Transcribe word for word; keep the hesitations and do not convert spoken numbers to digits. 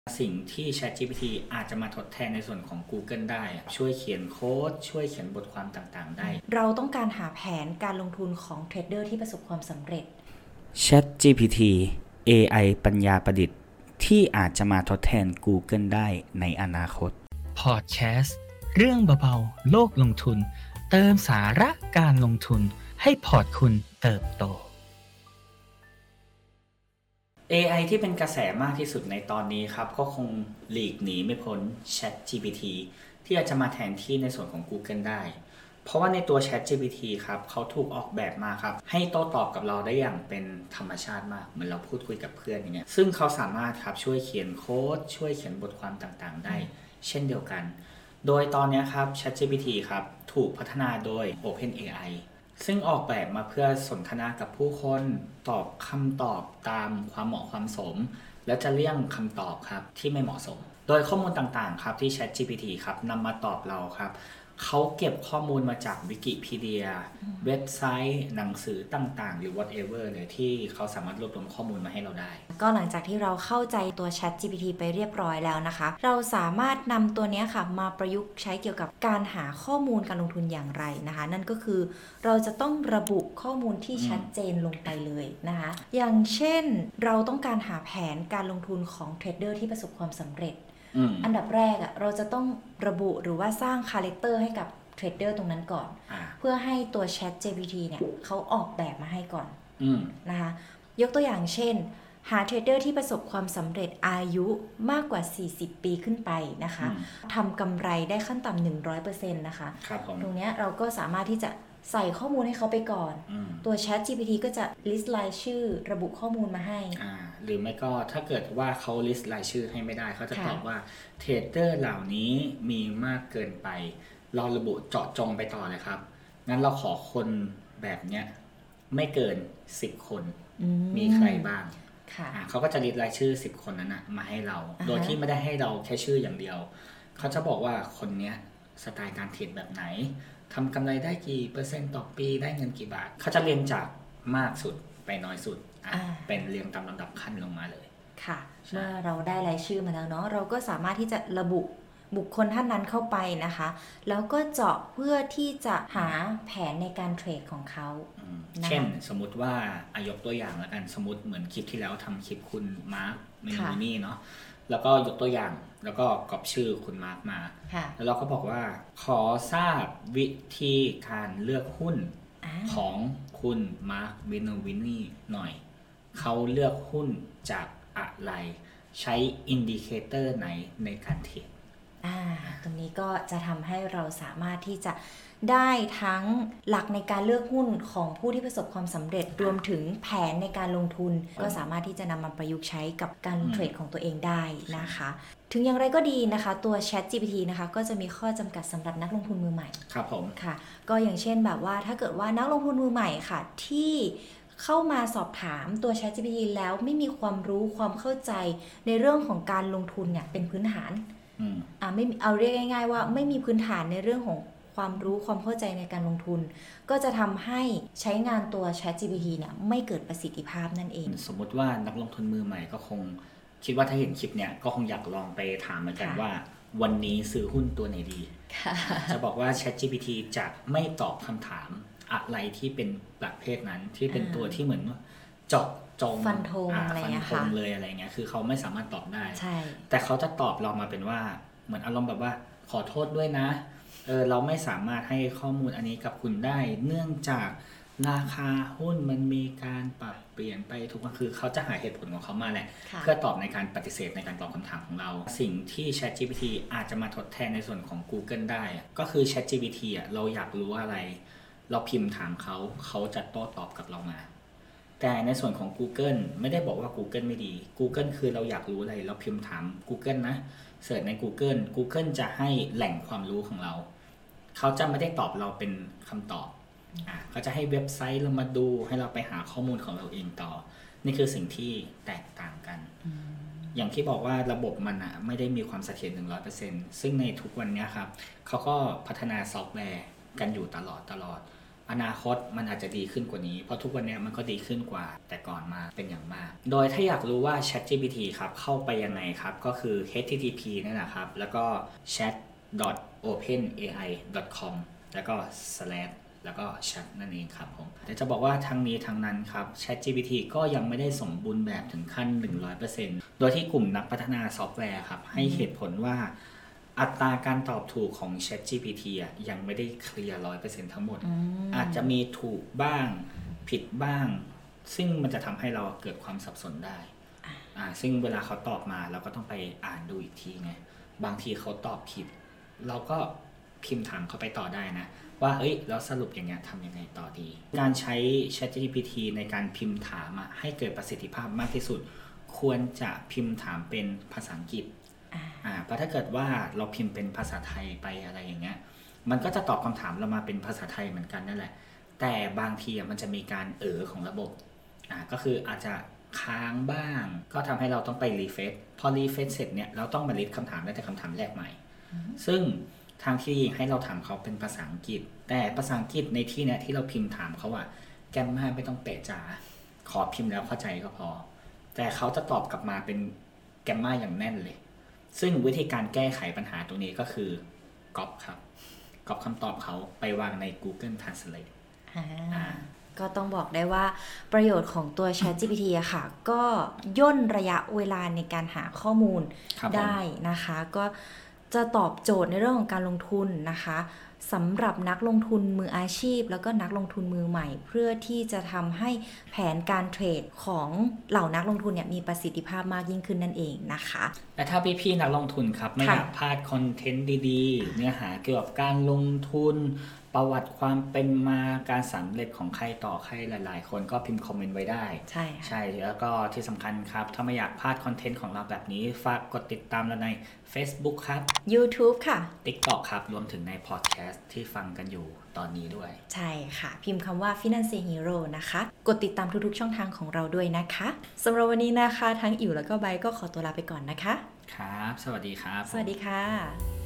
สิ่งที่ ChatGPT อาจจะมาทดแทนในส่วนของ Google ได้ช่วยเขียนโค้ดช่วยเขียนบทความต่างๆได้เราต้องการหาแผนการลงทุนของเทรดเดอร์ที่ประสบความสำเร็จ ChatGPT เอ ไอ ปัญญาประดิษฐ์ที่อาจจะมาทดแทน Google ได้ในอนาคตพอดแคสต์เรื่องเบาๆโลกลงทุนเติมสาระการลงทุนให้พอร์ตคุณเติบโตเอ ไอ ที่เป็นกระแสมากที่สุดในตอนนี้ครับก็คงหลีกหนีไม่พ้น ChatGPT ที่อาจจะมาแทนที่ในส่วนของ Google ได้เพราะว่าในตัว ChatGPT ครับเขาถูกออกแบบมาครับให้โต้ตอบกับเราได้อย่างเป็นธรรมชาติมากเหมือนเราพูดคุยกับเพื่อนอย่างเงี้ยซึ่งเขาสามารถครับช่วยเขียนโค้ดช่วยเขียนบทความต่างๆได้เช่นเดียวกันโดยตอนนี้ครับ ChatGPT ครับถูกพัฒนาโดย OpenAI ซึ่งออกแบบมาเพื่อสนทนากับผู้คนตอบคำตอบตามความเหมาะความสมและจะเลี่ยงคำตอบครับที่ไม่เหมาะสมโดยข้อมูลต่างๆครับที่ ChatGPT ครับนำมาตอบเราครับเขาเก็บข้อมูลมาจากวิกิพีเดียเว็บไซต์หนังสือต่างๆหรือ whatever เลยที่เขาสามารถรวบรวมข้อมูลมาให้เราได้ก็หลังจากที่เราเข้าใจตัว ChatGPT ไปเรียบร้อยแล้วนะคะเราสามารถนำตัวนี้ค่ะมาประยุกต์ใช้เกี่ยวกับการหาข้อมูลการลงทุนอย่างไรนะคะนั่นก็คือเราจะต้องระบุข้อมูลที่ชัดเจนลงไปเลยนะคะอย่างเช่นเราต้องการหาแผนการลงทุนของเทรดเดอร์ที่ประสบความสำเร็จอันดับแรกอ่ะเราจะต้องระบุหรือว่าสร้างคาแรคเตอร์ให้กับเทรดเดอร์ตรงนั้นก่อนเพื่อให้ตัว ChatGPT เนี่ยเขาออกแบบมาให้ก่อนนะคะยกตัวอย่างเช่นหาเทรดเดอร์ที่ประสบความสำเร็จอายุมากกว่าสี่สิบปีขึ้นไปนะคะทำกำไรได้ขั้นต่ำ หนึ่งร้อยเปอร์เซ็นต์ นะคะตรงนี้เราก็สามารถที่จะใส่ข้อมูลให้เขาไปก่อนตัว ChatGPT ก็จะ list รายชื่อระบุข้อมูลมาให้อ่าหรือไม่ก็ถ้าเกิดว่าเขา list รายชื่อให้ไม่ได้เขาจะตอบว่าเทรดเดอร์เหล่านี้มีมากเกินไปเราระบุเจาะจงไปต่อเลยครับงั้นเราขอคนแบบเนี้ยไม่เกินสิบคนมีใครบ้างเขาก็จะลิสต์รายชื่อสิบคนนั้นนะมาให้เราโดยที่ไม่ได้ให้เราแค่ชื่ออย่างเดียวเขาจะบอกว่าคนเนี้ยสไตล์การเทรดแบบไหนทำกำไรได้กี่เปอร์เซ็นต์ต่อปีได้เงินกี่บาทเขาจะเรียงจากมากสุดไปน้อยสุดเป็นเรียงตามลำดับขั้นลงมาเลยค่ะเมื่อเราได้รายชื่อมาแล้วเนาะเราก็สามารถที่จะระบุบุคคลท่านนั้นเข้าไปนะคะแล้วก็เจาะเพื่อที่จะหาแผนในการเทรดของเขาเช่นสมมุติว่าอายกตัวอย่างแล้วกันสมมติเหมือนคลิปที่แล้วทำคลิปคุณมาร์คเมนูนี่เนาะแล้วก็ยกตัวอย่างแล้วก็ก๊อปชื่อคุณมาร์คมาแล้วเราก็บอกว่าขอทราบวิธีการเลือกหุ้นของคุณมาร์คเมนูวินนี่หน่อยเขาเลือกหุ้นจากอะไรใช้อินดิเคเตอร์ไหนในการเทรดอ่าตรงนี้ก็จะทำให้เราสามารถที่จะได้ทั้งหลักในการเลือกหุ้นของผู้ที่ประสบความสำเร็จรวมถึงแผนในการลงทุนก็สามารถที่จะนำมาประยุกต์ใช้กับการเทรดของตัวเองได้นะคะถึงอย่างไรก็ดีนะคะตัว ChatGPT นะคะก็จะมีข้อจำกัดสำหรับนักลงทุนมือใหม่ครับผมค่ะก็อย่างเช่นแบบว่าถ้าเกิดว่านักลงทุนมือใหม่ค่ะที่เข้ามาสอบถามตัว ChatGPT แล้วไม่มีความรู้ความเข้าใจในเรื่องของการลงทุนเนี่ยเป็นพื้นฐานอ่าไม่เอาเรียกง่ายๆว่าไม่มีพื้นฐานในเรื่องของความรู้ความเข้าใจในการลงทุนก็จะทำให้ใช้งานตัว ChatGPT เนี่ยไม่เกิดประสิทธิภาพนั่นเองสมมติว่านักลงทุนมือใหม่ก็คงคิดว่าถ้าเห็นคลิปเนี่ยก็คงอยากลองไปถามเหมือนกันว่าวันนี้ซื้อหุ้นตัวไหนดีจะบอกว่า ChatGPT จะไม่ตอบคำถามอะไรที่เป็นประเภทนั้นที่เป็นตัวที่เหมือนเจาะจงฟันธงอะไรเงี้ยฟันธงเลยอะไรเงี้ยคือเขาไม่สามารถตอบได้ใช่แต่เขาจะตอบเรามาเป็นว่าเหมือนอารมณ์แบบว่าขอโทษด้วยนะเออเราไม่สามารถให้ข้อมูลอันนี้กับคุณได้เนื่องจากราคาหุ้นมันมีการปรับเปลี่ยนไปทุกวันคือเขาจะหาเหตุผลของเขามาแหละเพื่อตอบในการปฏิเสธในการตอบคำถามของเราสิ่งที่ ChatGPT อาจจะมาทดแทนในส่วนของ Google ได้ก็คือ ChatGPT อ่ะเราอยากรู้อะไรเราพิมพ์ถามเขาเขาจะโต้ตอบกับเรามาแต่ในส่วนของ Google ไม่ได้บอกว่า Google ไม่ดี Google คือเราอยากรู้อะไรเราพิมพ์ถาม Google นะเสิร์ชใน Google Google จะให้แหล่งความรู้ของเราเขาจะไม่ได้ตอบเราเป็นคำตอบอ่ะเขาจะให้เว็บไซต์เรามาดูให้เราไปหาข้อมูลของเราเองต่อนี่คือสิ่งที่แตกต่างกันอย่างที่บอกว่าระบบมันอ่ะไม่ได้มีความเสถียร หนึ่งร้อยเปอร์เซ็นต์ ซึ่งในทุกวันนี้ครับเขาก็พัฒนาซอฟต์แวร์กันอยู่ตลอดตลอดอนาคตมันอาจจะดีขึ้นกว่านี้เพราะทุกวันนี้มันก็ดีขึ้นกว่าแต่ก่อนมาเป็นอย่างมากโดยถ้าอยากรู้ว่า ChatGPT ครับเข้าไปยังไงครับก็คือ เอช ที ที พี นั่นแหละครับแล้วก็ chat dot open a i dot com แล้วก็ slash แล้วก็ chat นั่นเองครับผมแต่จะบอกว่าทั้งนี้ทั้งนั้นครับ ChatGPT ก็ยังไม่ได้สมบูรณ์แบบถึงขั้น หนึ่งร้อยเปอร์เซ็นต์ โดยที่กลุ่มนักพัฒนาซอฟต์แวร์ครับให้เหตุผลว่าอัตราการตอบถูกของ ChatGPT อ่ะยังไม่ได้เคลียร์ ร้อยเปอร์เซ็นต์ ทั้งหมด อาจจะมีถูกบ้างผิดบ้าง ซึ่งมันจะทำให้เราเกิดความสับสนได้อ่าซึ่งเวลาเขาตอบมาเราก็ต้องไปอ่านดูอีกทีไงบางทีเขาตอบผิดเราก็พิมพ์ถามเขาไปต่อได้นะว่าเฮ้ยแล้วสรุปอย่างเงี้ยทำยังไงต่อดีการใช้ ChatGPT ในการพิมพ์ถามให้เกิดประสิทธิภาพมากที่สุดควรจะพิมพ์ถามเป็นภาษาอังกฤษอ่าเพราะถ้าเกิดว่าเราพิมพ์เป็นภาษาไทยไปอะไรอย่างเงี้ยมันก็จะตอบคำถามเรามาเป็นภาษาไทยเหมือนกันนั่นแหละแต่บางทีมันจะมีการเอ๋อของระบบอ่าก็คืออาจจะค้างบ้างก็ทำให้เราต้องไปรีเฟรชพอรีเฟรชเสร็จเนี่ยเราต้องมาลิสต์คำถามได้แต่คำถามแรกใหม่ซึ่งทางที่ให้เราถามเขาเป็นภาษาอังกฤษแต่ภาษาอังกฤษในที่เนี้ยที่เราพิมพ์ถามเขาอะแกมมาไม่ต้องเป๊ะจ๋าขอพิมพ์แล้วเข้าใจก็พอแต่เขาจะตอบกลับมาเป็นแกมมาอย่างแน่นเลยซึ่งวิธีการแก้ไขปัญหาตรงนี้ก็คือก๊อปครับก๊อปคำตอบเขาไปวางใน Google Translate อ่าก็ต้องบอกได้ว่าประโยชน์ของตัว ChatGPT อะค่ะก็ย่นระยะเวลาในการหาข้อมูลได้นะคะก็จะตอบโจทย์ในเรื่องของการลงทุนนะคะสำหรับนักลงทุนมืออาชีพแล้วก็นักลงทุนมือใหม่เพื่อที่จะทำให้แผนการเทรดของเหล่านักลงทุนเนี่ยมีประสิทธิภาพมากยิ่งขึ้นนั่นเองนะคะและถ้าพี่ๆนักลงทุนครับไม่อยากพลาดคอนเทนต์ดีๆเนื้อหาเกี่ยวกับการลงทุนประวัติความเป็นมาการสำเร็จของใครต่อใครหลายๆคนก็พิมพ์คอมเมนต์ไว้ได้ใช่ใช่แล้วก็ที่สำคัญครับถ้าไม่อยากพลาดคอนเทนต์ของเราแบบนี้ฝากกดติดตามเราใน Facebook ครับ YouTube ค่ะ TikTok ครับรวมถึงในพอดแคสต์ที่ฟังกันอยู่ตอนนี้ด้วยใช่ค่ะพิมพ์คำว่า Finance Hero นะคะกดติดตามทุกๆช่องทางของเราด้วยนะคะสำหรับวันนี้นะคะทั้งอิ๋วแล้วก็ไบร์ทก็ขอตัวลาไปก่อนนะคะครับสวัสดีครับสวัสดีค่ะ